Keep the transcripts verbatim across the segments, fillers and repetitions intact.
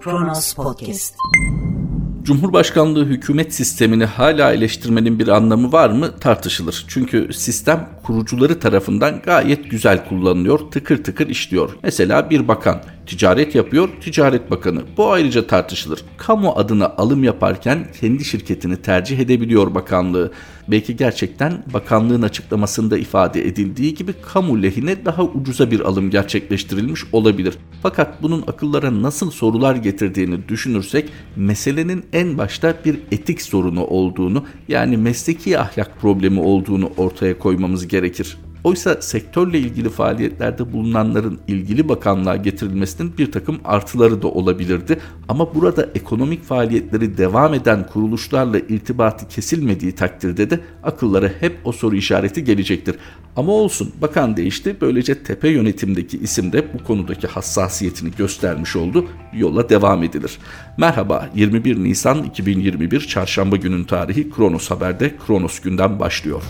Kronos Podcast. Cumhurbaşkanlığı hükümet sistemini hala eleştirmenin bir anlamı var mı tartışılır. Çünkü sistem kurucuları tarafından gayet güzel kullanılıyor, tıkır tıkır işliyor. Mesela bir bakan ticaret yapıyor, Ticaret Bakanı. Bu ayrıca tartışılır. Kamu adına alım yaparken kendi şirketini tercih edebiliyor bakanlığı. Belki gerçekten bakanlığın açıklamasında ifade edildiği gibi kamu lehine daha ucuza bir alım gerçekleştirilmiş olabilir. Fakat bunun akıllara nasıl sorular getirdiğini düşünürsek meselenin en başta bir etik sorunu olduğunu, yani mesleki ahlak problemi olduğunu ortaya koymamız gerekir. Oysa sektörle ilgili faaliyetlerde bulunanların ilgili bakanlığa getirilmesinin bir takım artıları da olabilirdi. Ama burada ekonomik faaliyetleri devam eden kuruluşlarla irtibatı kesilmediği takdirde de akıllara hep o soru işareti gelecektir. Ama olsun, bakan değişti, böylece tepe yönetimdeki isim de bu konudaki hassasiyetini göstermiş oldu, yola devam edilir. Merhaba, yirmi bir Nisan iki bin yirmi bir Çarşamba günün tarihi. Kronos Haber'de Kronos günden başlıyor.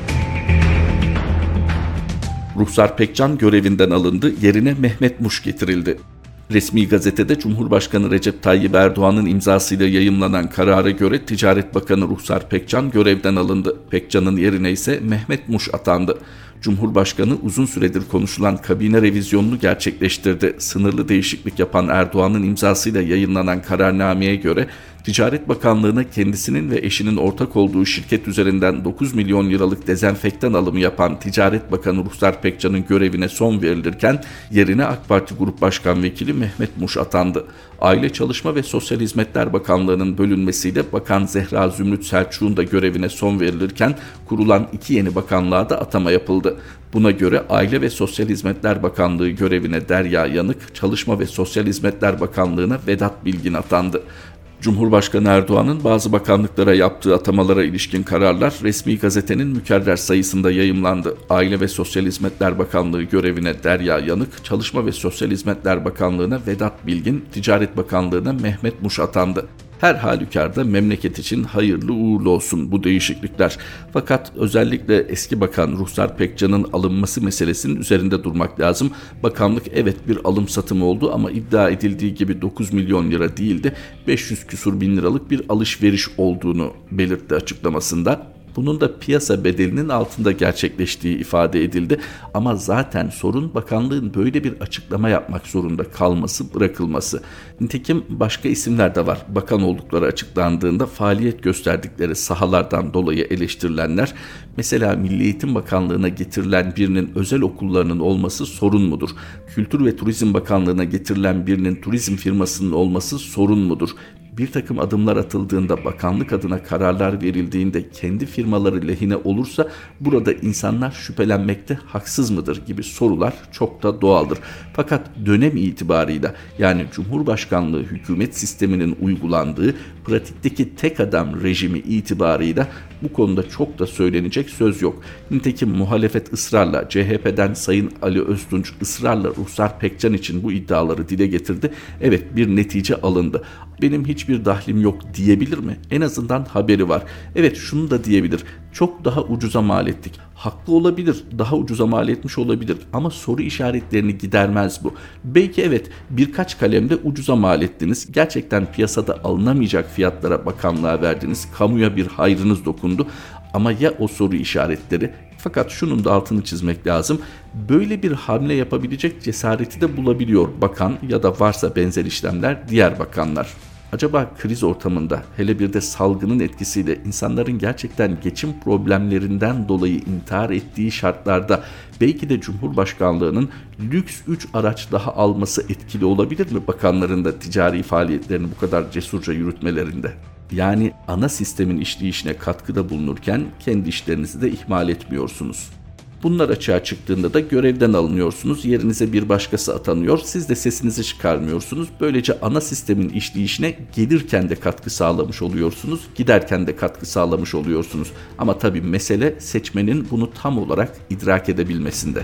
Ruhsar Pekcan görevinden alındı, yerine Mehmet Muş getirildi. Resmi gazetede Cumhurbaşkanı Recep Tayyip Erdoğan'ın imzasıyla yayımlanan karara göre Ticaret Bakanı Ruhsar Pekcan görevden alındı. Pekcan'ın yerine ise Mehmet Muş atandı. Cumhurbaşkanı uzun süredir konuşulan kabine revizyonunu gerçekleştirdi. Sınırlı değişiklik yapan Erdoğan'ın imzasıyla yayınlanan kararnameye göre Ticaret Bakanlığı'na kendisinin ve eşinin ortak olduğu şirket üzerinden dokuz milyon liralık dezenfektan alımı yapan Ticaret Bakanı Ruhsar Pekcan'ın görevine son verilirken yerine AK Parti Grup Başkan Vekili Mehmet Muş atandı. Aile Çalışma ve Sosyal Hizmetler Bakanlığı'nın bölünmesiyle Bakan Zehra Zümrüt Selçuk'un da görevine son verilirken kurulan iki yeni bakanlığa da atama yapıldı. Buna göre Aile ve Sosyal Hizmetler Bakanlığı görevine Derya Yanık, Çalışma ve Sosyal Hizmetler Bakanlığı'na Vedat Bilgin atandı. Cumhurbaşkanı Erdoğan'ın bazı bakanlıklara yaptığı atamalara ilişkin kararlar resmi gazetenin mükerrer sayısında yayımlandı. Aile ve Sosyal Hizmetler Bakanlığı görevine Derya Yanık, Çalışma ve Sosyal Hizmetler Bakanlığı'na Vedat Bilgin, Ticaret Bakanlığı'na Mehmet Muş atandı. Her halükarda memleket için hayırlı uğurlu olsun bu değişiklikler. Fakat özellikle eski bakan Ruhsar Pekcan'ın alınması meselesinin üzerinde durmak lazım. Bakanlık evet bir alım satım oldu ama iddia edildiği gibi dokuz milyon lira değildi, beş yüz küsur bin liralık bir alışveriş olduğunu belirtti açıklamasında. Bunun da piyasa bedelinin altında gerçekleştiği ifade edildi. Ama zaten sorun bakanlığın böyle bir açıklama yapmak zorunda kalması, bırakılması. Nitekim başka isimler de var. Bakan oldukları açıklandığında faaliyet gösterdikleri sahalardan dolayı eleştirilenler, mesela Milli Eğitim Bakanlığı'na getirilen birinin özel okullarının olması sorun mudur? Kültür ve Turizm Bakanlığı'na getirilen birinin turizm firmasının olması sorun mudur? Bir takım adımlar atıldığında, bakanlık adına kararlar verildiğinde kendi firmaları lehine olursa burada insanlar şüphelenmekte haksız mıdır gibi sorular çok da doğaldır. Fakat dönem itibarıyla, yani Cumhurbaşkanlığı hükümet sisteminin uygulandığı pratikteki tek adam rejimi itibarıyla bu konuda çok da söylenecek söz yok. Nitekim muhalefet ısrarla, C H P'den Sayın Ali Öztunç ısrarla Ruhsar Pekcan için bu iddiaları dile getirdi. Evet, bir netice alındı. Benim hiçbir dahlim yok diyebilir mi? En azından haberi var. Evet, şunu da diyebilir. Çok daha ucuza mal ettik. Haklı olabilir, daha ucuza mal etmiş olabilir ama soru işaretlerini gidermez bu. Belki evet, birkaç kalemde ucuza mal ettiniz. Gerçekten piyasada alınamayacak fiyatlara bakanlığa verdiniz. Kamuya bir hayrınız dokundu. Ama ya o soru işaretleri? Fakat şunun da altını çizmek lazım. Böyle bir hamle yapabilecek cesareti de bulabiliyor bakan ya da varsa benzer işlemler diğer bakanlar. Acaba kriz ortamında, hele bir de salgının etkisiyle insanların gerçekten geçim problemlerinden dolayı intihar ettiği şartlarda belki de Cumhurbaşkanlığının lüks üç araç daha alması etkili olabilir mi bakanların da ticari faaliyetlerini bu kadar cesurca yürütmelerinde? Yani ana sistemin işleyişine katkıda bulunurken kendi işlerinizi de ihmal etmiyorsunuz. Bunlar açığa çıktığında da görevden alınıyorsunuz, yerinize bir başkası atanıyor, siz de sesinizi çıkarmıyorsunuz. Böylece ana sistemin işleyişine gelirken de katkı sağlamış oluyorsunuz, giderken de katkı sağlamış oluyorsunuz. Ama tabii mesele seçmenin bunu tam olarak idrak edebilmesinde.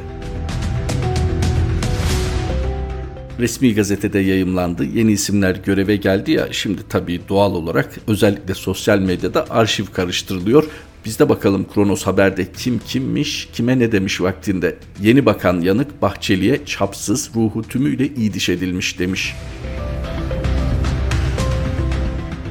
Resmi gazetede yayımlandı. Yeni isimler göreve geldi ya, şimdi tabii doğal olarak özellikle sosyal medyada arşiv karıştırılıyor. Biz de bakalım Kronos Haber'de kim kimmiş, kime ne demiş vaktinde. Yeni Bakan Yanık, Bahçeli'ye çapsız, ruhu tümüyle iyi diş edilmiş demiş.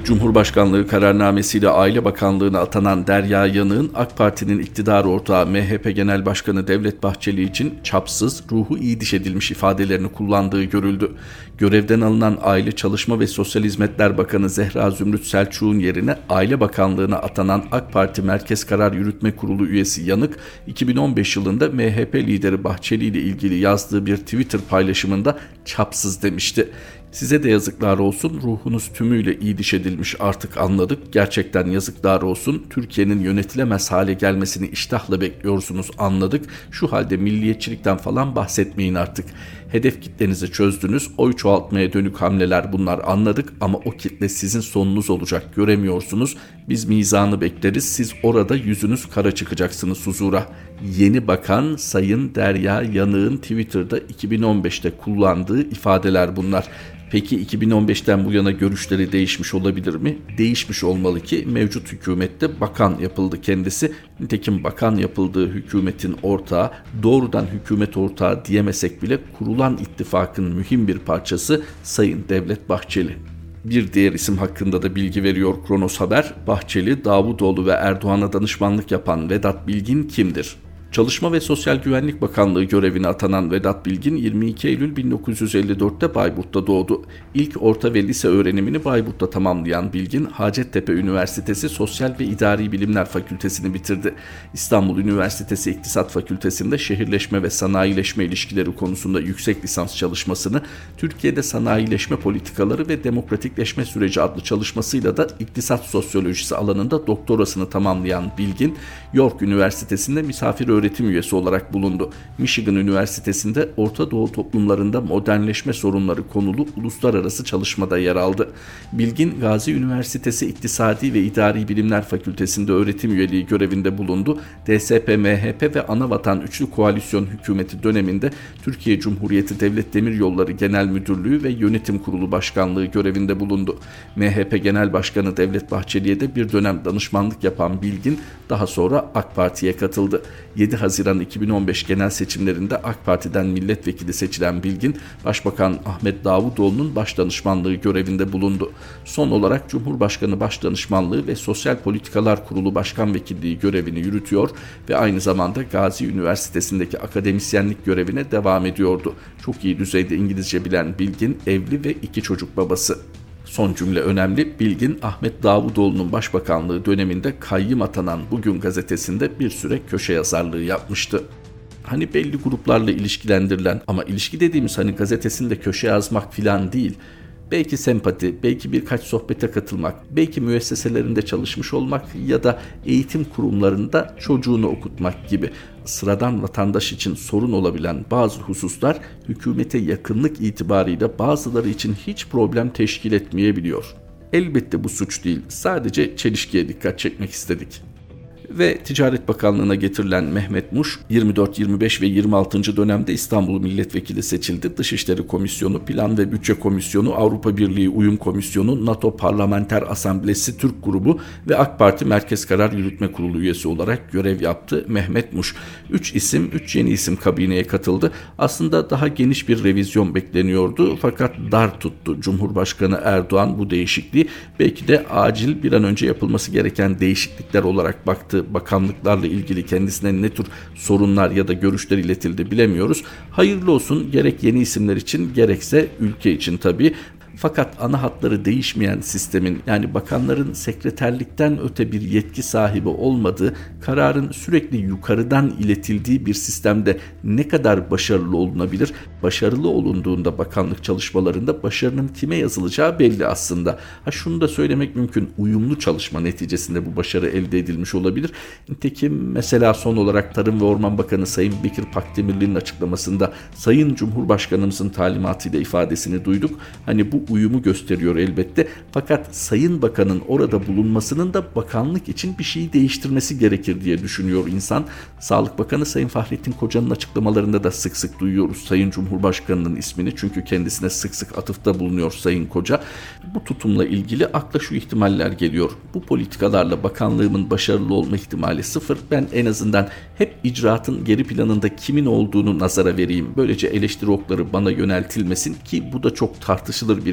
Cumhurbaşkanlığı kararnamesiyle Aile Bakanlığı'na atanan Derya Yanık'ın AK Parti'nin iktidar ortağı M H P Genel Başkanı Devlet Bahçeli için çapsız, ruhu iyi diş edilmiş ifadelerini kullandığı görüldü. Görevden alınan Aile Çalışma ve Sosyal Hizmetler Bakanı Zehra Zümrüt Selçuk'un yerine Aile Bakanlığı'na atanan AK Parti Merkez Karar Yürütme Kurulu üyesi Yanık, iki bin on beş yılında M H P lideri Bahçeli ile ilgili yazdığı bir Twitter paylaşımında çapsız demişti. Size de yazıklar olsun, ruhunuz tümüyle iyi diş edilmiş, artık anladık. Gerçekten yazıklar olsun, Türkiye'nin yönetilemez hale gelmesini iştahla bekliyorsunuz, anladık. Şu halde milliyetçilikten falan bahsetmeyin artık. Hedef kitlenizi çözdünüz, oy çoğaltmaya dönük hamleler bunlar, anladık, ama o kitle sizin sonunuz olacak, göremiyorsunuz. Biz mizanı bekleriz, siz orada yüzünüz kara çıkacaksınız huzura. Yeni Bakan Sayın Derya Yanık'ın Twitter'da iki bin on beşte kullandığı ifadeler bunlar. Peki iki bin on beşten bu yana görüşleri değişmiş olabilir mi? Değişmiş olmalı ki mevcut hükümette bakan yapıldı kendisi. Nitekim bakan yapıldığı hükümetin ortağı, doğrudan hükümet ortağı diyemesek bile kurulan ittifakın mühim bir parçası Sayın Devlet Bahçeli. Bir diğer isim hakkında da bilgi veriyor Kronos Haber. Bahçeli, Davutoğlu ve Erdoğan'a danışmanlık yapan Vedat Bilgin kimdir? Çalışma ve Sosyal Güvenlik Bakanlığı görevine atanan Vedat Bilgin yirmi iki Eylül bin dokuz yüz elli dörtte Bayburt'ta doğdu. İlk orta ve lise öğrenimini Bayburt'ta tamamlayan Bilgin, Hacettepe Üniversitesi Sosyal ve İdari Bilimler Fakültesini bitirdi. İstanbul Üniversitesi İktisat Fakültesi'nde şehirleşme ve sanayileşme ilişkileri konusunda yüksek lisans çalışmasını, Türkiye'de sanayileşme politikaları ve demokratikleşme süreci adlı çalışmasıyla da iktisat sosyolojisi alanında doktorasını tamamlayan Bilgin, York Üniversitesi'nde misafir öğretim öğretim üyesi olarak bulundu. Michigan Üniversitesi'nde Orta Doğu toplumlarında modernleşme sorunları konulu uluslararası çalışmada yer aldı. Bilgin, Gazi Üniversitesi İktisadi ve İdari Bilimler Fakültesi'nde öğretim üyeliği görevinde bulundu. D S P M H P ve Anavatan Üçlü Koalisyon Hükümeti döneminde Türkiye Cumhuriyeti Devlet Demiryolları Genel Müdürlüğü ve Yönetim Kurulu Başkanlığı görevinde bulundu. M H P Genel Başkanı Devlet Bahçeli'ye de bir dönem danışmanlık yapan Bilgin, daha sonra AK Parti'ye katıldı. yedi Haziran iki bin on beş genel seçimlerinde AK Parti'den milletvekili seçilen Bilgin, Başbakan Ahmet Davutoğlu'nun başdanışmanlığı görevinde bulundu. Son olarak Cumhurbaşkanı Başdanışmanlığı ve Sosyal Politikalar Kurulu Başkan Vekilliği görevini yürütüyor ve aynı zamanda Gazi Üniversitesi'ndeki akademisyenlik görevine devam ediyordu. Çok iyi düzeyde İngilizce bilen Bilgin, evli ve iki çocuk babası. Son cümle önemli. Bilgin, Ahmet Davutoğlu'nun başbakanlığı döneminde kayyım atanan Bugün gazetesinde bir süre köşe yazarlığı yapmıştı. Hani belli gruplarla ilişkilendirilen, ama ilişki dediğimiz hani gazetesinde köşe yazmak filan değil, belki sempati, belki birkaç sohbete katılmak, belki müesseselerinde çalışmış olmak ya da eğitim kurumlarında çocuğunu okutmak gibi sıradan vatandaş için sorun olabilen bazı hususlar hükümete yakınlık itibarıyla bazıları için hiç problem teşkil etmeyebiliyor. Elbette bu suç değil, sadece çelişkiye dikkat çekmek istedik. Ve Ticaret Bakanlığı'na getirilen Mehmet Muş, yirmi dört, yirmi beş ve yirmi altıncı dönemde İstanbul Milletvekili seçildi. Dışişleri Komisyonu, Plan ve Bütçe Komisyonu, Avrupa Birliği Uyum Komisyonu, NATO Parlamenter Asamblesi Türk Grubu ve AK Parti Merkez Karar Yürütme Kurulu üyesi olarak görev yaptı Mehmet Muş. üç isim, üç yeni isim kabineye katıldı. Aslında daha geniş bir revizyon bekleniyordu fakat dar tuttu Cumhurbaşkanı Erdoğan bu değişikliği. Belki de acil, bir an önce yapılması gereken değişiklikler olarak baktı. Bakanlıklarla ilgili kendisine ne tür sorunlar ya da görüşler iletildi bilemiyoruz. Hayırlı olsun, gerek yeni isimler için gerekse ülke için tabii. Fakat ana hatları değişmeyen sistemin, yani bakanların sekreterlikten öte bir yetki sahibi olmadığı, kararın sürekli yukarıdan iletildiği bir sistemde ne kadar başarılı olunabilir? Başarılı olunduğunda bakanlık çalışmalarında başarının kime yazılacağı belli aslında. Ha, şunu da söylemek mümkün, uyumlu çalışma neticesinde bu başarı elde edilmiş olabilir. Nitekim mesela son olarak Tarım ve Orman Bakanı Sayın Bekir Pakdemirli'nin açıklamasında Sayın Cumhurbaşkanımızın talimatıyla ifadesini duyduk. Hani bu uyumu gösteriyor elbette. Fakat Sayın Bakan'ın orada bulunmasının da bakanlık için bir şeyi değiştirmesi gerekir diye düşünüyor insan. Sağlık Bakanı Sayın Fahrettin Koca'nın açıklamalarında da sık sık duyuyoruz Sayın Cumhurbaşkanı'nın ismini. Çünkü kendisine sık sık atıfta bulunuyor Sayın Koca. Bu tutumla ilgili akla şu ihtimaller geliyor. Bu politikalarla bakanlığımın başarılı olma ihtimali sıfır. Ben en azından hep icraatın geri planında kimin olduğunu nazara vereyim. Böylece eleştiri okları bana yöneltilmesin ki bu da çok tartışılır bir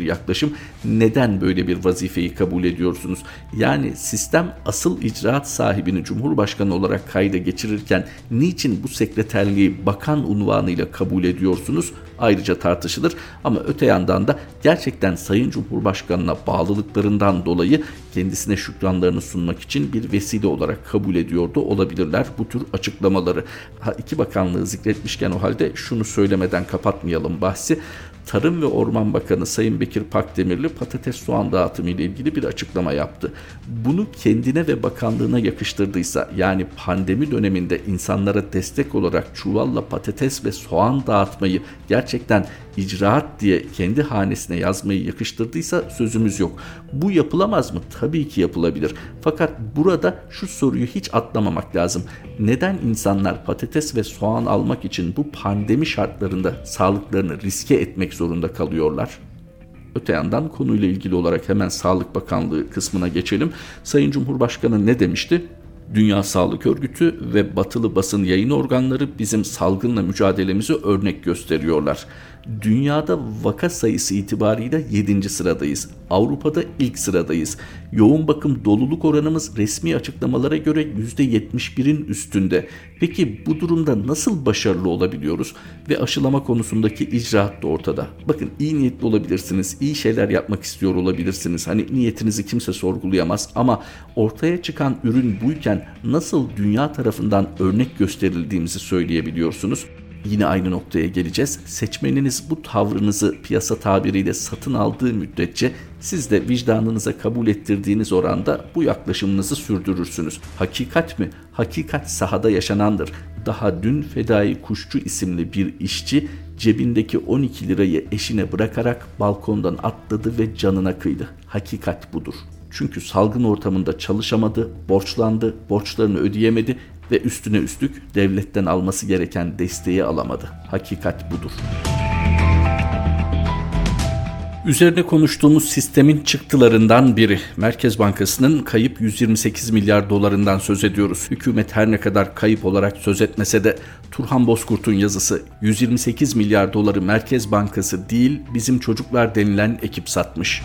yaklaşım. Neden böyle bir vazifeyi kabul ediyorsunuz? Yani sistem asıl icraat sahibini Cumhurbaşkanı olarak kayda geçirirken niçin bu sekreterliği bakan unvanıyla kabul ediyorsunuz? Ayrıca tartışılır ama öte yandan da gerçekten Sayın Cumhurbaşkanı'na bağlılıklarından dolayı kendisine şükranlarını sunmak için bir vesile olarak kabul ediyordu olabilirler bu tür açıklamaları. Ha, iki bakanlığı zikretmişken o halde şunu söylemeden kapatmayalım bahsi. Tarım ve Orman Bakanı Sayın Bekir Pakdemirli patates soğan dağıtımı ile ilgili bir açıklama yaptı. Bunu kendine ve bakanlığına yakıştırdıysa, yani pandemi döneminde insanlara destek olarak çuvalla patates ve soğan dağıtmayı gerçekten icraat diye kendi hanesine yazmayı yakıştırdıysa sözümüz yok. Bu yapılamaz mı? Tabii ki yapılabilir. Fakat burada şu soruyu hiç atlamamak lazım. Neden insanlar patates ve soğan almak için bu pandemi şartlarında sağlıklarını riske etmek zorunda kalıyorlar? Öte yandan konuyla ilgili olarak hemen Sağlık Bakanlığı kısmına geçelim. Sayın Cumhurbaşkanı ne demişti? Dünya Sağlık Örgütü ve batılı basın yayın organları bizim salgınla mücadelemizi örnek gösteriyorlar. Dünyada vaka sayısı itibariyle yedinci sıradayız. Avrupa'da ilk sıradayız. Yoğun bakım doluluk oranımız resmi açıklamalara göre yüzde yetmiş birin üstünde. Peki bu durumda nasıl başarılı olabiliyoruz? Ve aşılama konusundaki icraat da ortada. Bakın, iyi niyetli olabilirsiniz, iyi şeyler yapmak istiyor olabilirsiniz. Hani niyetinizi kimse sorgulayamaz ama ortaya çıkan ürün buyken nasıl dünya tarafından örnek gösterildiğimizi söyleyebiliyorsunuz? Yine aynı noktaya geleceğiz. Seçmeniniz bu tavrınızı piyasa tabiriyle satın aldığı müddetçe siz de vicdanınıza kabul ettirdiğiniz oranda bu yaklaşımınızı sürdürürsünüz. Hakikat mi? Hakikat sahada yaşanandır. Daha dün Fedai Kuşçu isimli bir işçi cebindeki on iki lirayı eşine bırakarak balkondan atladı ve canına kıydı. Hakikat budur. Çünkü salgın ortamında çalışamadı, borçlandı, borçlarını ödeyemedi ve üstüne üstlük devletten alması gereken desteği alamadı. Hakikat budur. Üzerine konuştuğumuz sistemin çıktılarından biri. Merkez Bankası'nın kayıp yüz yirmi sekiz milyar dolarından söz ediyoruz. Hükümet her ne kadar kayıp olarak söz etmese de Turhan Bozkurt'un yazısı, yüz yirmi sekiz milyar doları Merkez Bankası değil bizim çocuklar denilen ekip satmış.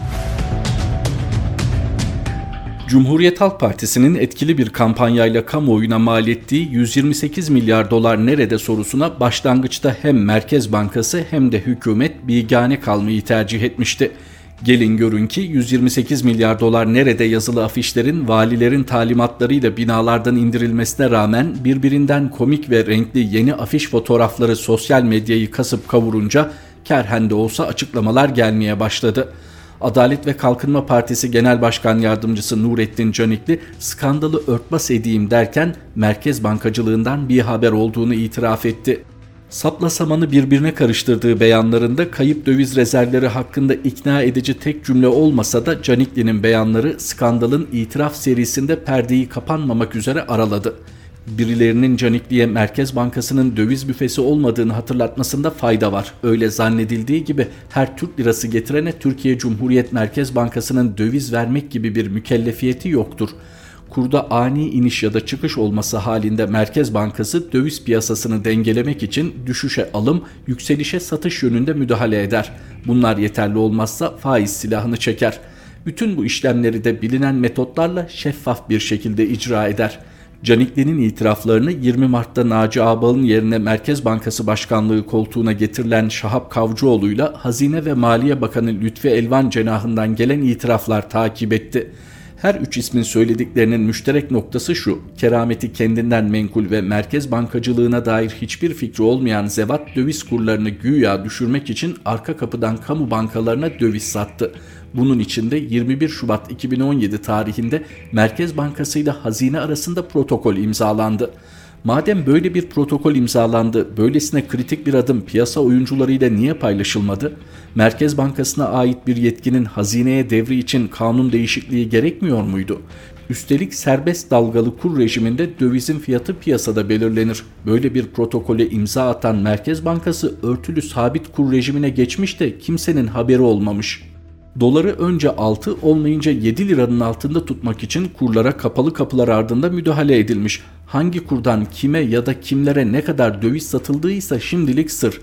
Cumhuriyet Halk Partisi'nin etkili bir kampanyayla kamuoyuna mal ettiği yüz yirmi sekiz milyar dolar nerede sorusuna başlangıçta hem Merkez Bankası hem de hükümet bigane kalmayı tercih etmişti. Gelin görün ki yüz yirmi sekiz milyar dolar nerede yazılı afişlerin valilerin talimatlarıyla binalardan indirilmesine rağmen birbirinden komik ve renkli yeni afiş fotoğrafları sosyal medyayı kasıp kavurunca kerhen de olsa açıklamalar gelmeye başladı. Adalet ve Kalkınma Partisi Genel Başkan Yardımcısı Nurettin Canikli skandalı örtbas edeyim derken merkez bankacılığından bir haber olduğunu itiraf etti. Sapla samanı birbirine karıştırdığı beyanlarında kayıp döviz rezervleri hakkında ikna edici tek cümle olmasa da Canikli'nin beyanları skandalın itiraf serisinde perdeyi kapanmamak üzere araladı. Birilerinin Canikli'ye Merkez Bankası'nın döviz büfesi olmadığını hatırlatmasında fayda var. Öyle zannedildiği gibi her Türk lirası getirene Türkiye Cumhuriyet Merkez Bankası'nın döviz vermek gibi bir mükellefiyeti yoktur. Kurda ani iniş ya da çıkış olması halinde Merkez Bankası döviz piyasasını dengelemek için düşüşe alım, yükselişe satış yönünde müdahale eder. Bunlar yeterli olmazsa faiz silahını çeker. Bütün bu işlemleri de bilinen metotlarla şeffaf bir şekilde icra eder. Canikli'nin itiraflarını yirmi Mart'ta Naci Ağbal'ın yerine Merkez Bankası Başkanlığı koltuğuna getirilen Şahap Kavcıoğlu'yla Hazine ve Maliye Bakanı Lütfi Elvan cenahından gelen itiraflar takip etti. Her üç ismin söylediklerinin müşterek noktası şu: kerameti kendinden menkul ve merkez bankacılığına dair hiçbir fikri olmayan zevat döviz kurlarını güya düşürmek için arka kapıdan kamu bankalarına döviz sattı. Bunun için de yirmi bir Şubat iki bin on yedi tarihinde Merkez Bankası ile Hazine arasında protokol imzalandı. Madem böyle bir protokol imzalandı, böylesine kritik bir adım piyasa oyuncularıyla niye paylaşılmadı? Merkez Bankası'na ait bir yetkinin hazineye devri için kanun değişikliği gerekmiyor muydu? Üstelik serbest dalgalı kur rejiminde dövizin fiyatı piyasada belirlenir. Böyle bir protokole imza atan Merkez Bankası örtülü sabit kur rejimine geçmiş de kimsenin haberi olmamış. Doları önce altı, olmayınca yedi liranın altında tutmak için kurlara kapalı kapılar ardında müdahale edilmiş. Hangi kurdan kime ya da kimlere ne kadar döviz satıldığıysa şimdilik sır.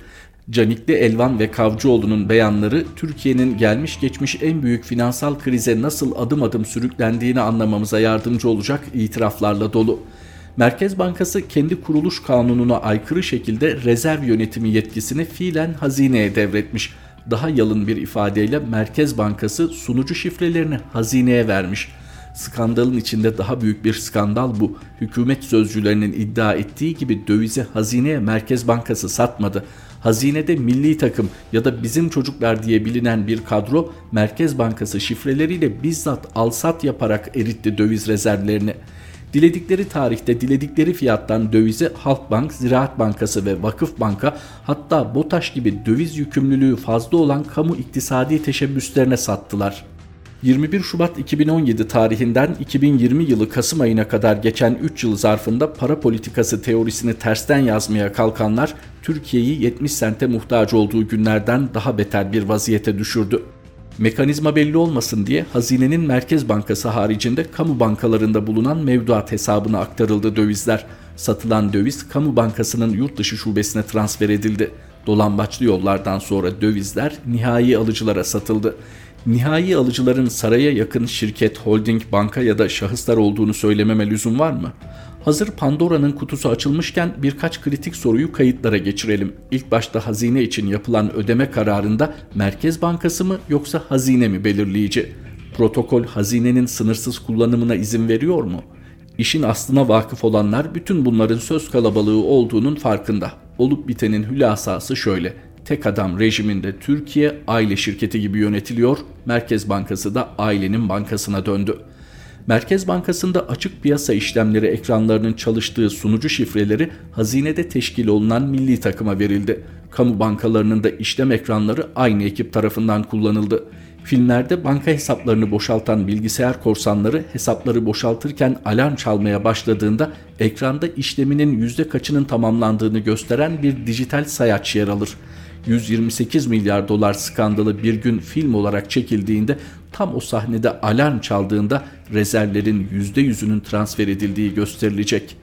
Canikli, Elvan ve Kavcıoğlu'nun beyanları Türkiye'nin gelmiş geçmiş en büyük finansal krize nasıl adım adım sürüklendiğini anlamamıza yardımcı olacak itiraflarla dolu. Merkez Bankası kendi kuruluş kanununa aykırı şekilde rezerv yönetimi yetkisini fiilen hazineye devretmiş. Daha yalın bir ifadeyle Merkez Bankası sunucu şifrelerini hazineye vermiş. Skandalın içinde daha büyük bir skandal bu. Hükümet sözcülerinin iddia ettiği gibi dövizi hazineye Merkez Bankası satmadı. Hazinede milli takım ya da bizim çocuklar diye bilinen bir kadro Merkez Bankası şifreleriyle bizzat al-sat yaparak eritti döviz rezervlerini. Diledikleri tarihte diledikleri fiyattan dövizi Halkbank, Ziraat Bankası ve Vakıfbank'a, hatta BOTAŞ gibi döviz yükümlülüğü fazla olan kamu iktisadi teşebbüslerine sattılar. yirmi bir Şubat iki bin on yedi tarihinden iki bin yirmi yılı Kasım ayına kadar geçen üç yıl zarfında para politikası teorisini tersten yazmaya kalkanlar Türkiye'yi yetmiş sente muhtaç olduğu günlerden daha beter bir vaziyete düşürdü. Mekanizma belli olmasın diye hazinenin Merkez Bankası haricinde kamu bankalarında bulunan mevduat hesabına aktarıldı dövizler. Satılan döviz kamu bankasının yurt dışı şubesine transfer edildi. Dolambaçlı yollardan sonra dövizler nihai alıcılara satıldı. Nihai alıcıların saraya yakın şirket, holding, banka ya da şahıslar olduğunu söylememe lüzum var mı? Hazır Pandora'nın kutusu açılmışken birkaç kritik soruyu kayıtlara geçirelim. İlk başta hazine için yapılan ödeme kararında Merkez Bankası mı yoksa hazine mi belirleyici? Protokol hazinenin sınırsız kullanımına izin veriyor mu? İşin aslına vakıf olanlar bütün bunların söz kalabalığı olduğunun farkında. Olup bitenin hülasası şöyle: tek adam rejiminde Türkiye aile şirketi gibi yönetiliyor, Merkez Bankası da ailenin bankasına döndü. Merkez Bankası'nda açık piyasa işlemleri ekranlarının çalıştığı sunucu şifreleri hazinede teşkil olunan milli takıma verildi. Kamu bankalarının da işlem ekranları aynı ekip tarafından kullanıldı. Filmlerde banka hesaplarını boşaltan bilgisayar korsanları hesapları boşaltırken alarm çalmaya başladığında ekranda işleminin yüzde kaçının tamamlandığını gösteren bir dijital sayaç yer alır. yüz yirmi sekiz milyar dolar skandalı bir gün film olarak çekildiğinde tam o sahnede alarm çaldığında rezervlerin yüzde yüzünün transfer edildiği gösterilecek.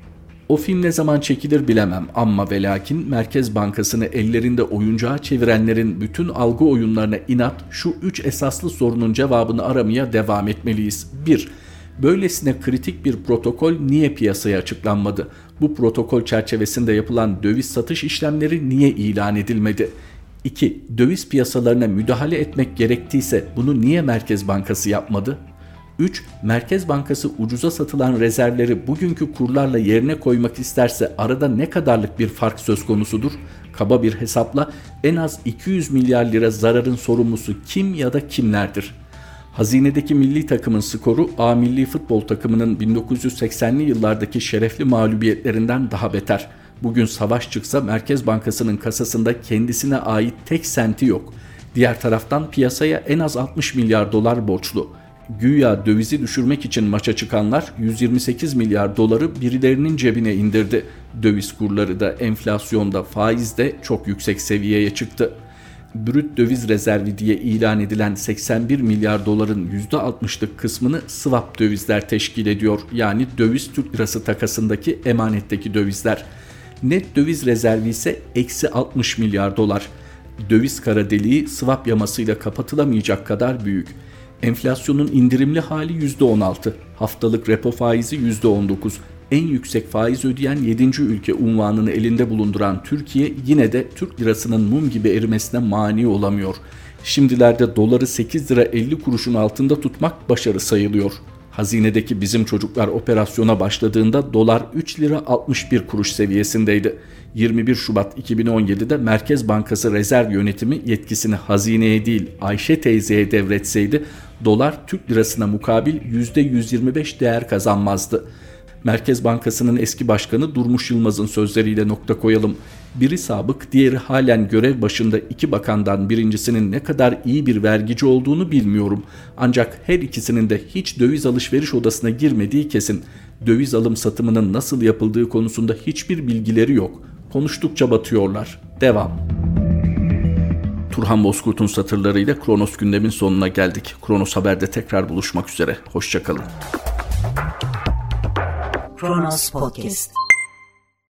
O film ne zaman çekilir bilemem ama ve lakin Merkez Bankası'nı ellerinde oyuncağa çevirenlerin bütün algı oyunlarına inat şu üç esaslı sorunun cevabını aramaya devam etmeliyiz. bir Böylesine kritik bir protokol niye piyasaya açıklanmadı? Bu protokol çerçevesinde yapılan döviz satış işlemleri niye ilan edilmedi? iki Döviz piyasalarına müdahale etmek gerektiyse bunu niye Merkez Bankası yapmadı? üç Merkez Bankası ucuza satılan rezervleri bugünkü kurlarla yerine koymak isterse arada ne kadarlık bir fark söz konusudur? Kaba bir hesapla en az iki yüz milyar lira zararın sorumlusu kim ya da kimlerdir? Hazinedeki milli takımın skoru A milli futbol takımının bin dokuz yüz seksenli yıllardaki şerefli mağlubiyetlerinden daha beter. Bugün savaş çıksa Merkez Bankası'nın kasasında kendisine ait tek senti yok. Diğer taraftan piyasaya en az altmış milyar dolar borçlu. Güya dövizi düşürmek için maça çıkanlar yüz yirmi sekiz milyar doları birilerinin cebine indirdi. Döviz kurları da enflasyonda, faizde çok yüksek seviyeye çıktı. Brüt döviz rezervi diye ilan edilen seksen bir milyar doların yüzde altmışlık kısmını swap dövizler teşkil ediyor. Yani döviz Türk lirası takasındaki emanetteki dövizler. Net döviz rezervi ise eksi altmış milyar dolar. Döviz kara deliği swap yamasıyla kapatılamayacak kadar büyük. Enflasyonun indirimli hali yüzde on altı, haftalık repo faizi yüzde on dokuz. En yüksek faiz ödeyen yedinci ülke unvanını elinde bulunduran Türkiye yine de Türk lirasının mum gibi erimesine mani olamıyor. Şimdilerde doları sekiz lira elli kuruşun altında tutmak başarı sayılıyor. Hazinedeki bizim çocuklar operasyona başladığında dolar üç lira altmış bir kuruş seviyesindeydi. yirmi bir Şubat iki bin on yedi'de Merkez Bankası rezerv yönetimi yetkisini hazineye değil Ayşe teyzeye devretseydi dolar Türk lirasına mukabil yüzde yüz yirmi beş değer kazanmazdı. Merkez Bankası'nın eski başkanı Durmuş Yılmaz'ın sözleriyle nokta koyalım. Biri sabık, diğeri halen görev başında iki bakandan birincisinin ne kadar iyi bir vergici olduğunu bilmiyorum. Ancak her ikisinin de hiç döviz alışveriş odasına girmediği kesin. Döviz alım satımının nasıl yapıldığı konusunda hiçbir bilgileri yok. Konuştukça batıyorlar. Devam. Turhan Bozkurt'un satırlarıyla Kronos gündemin sonuna geldik. Kronos Haber'de tekrar buluşmak üzere. Hoşça kalın. Kronos Podcast.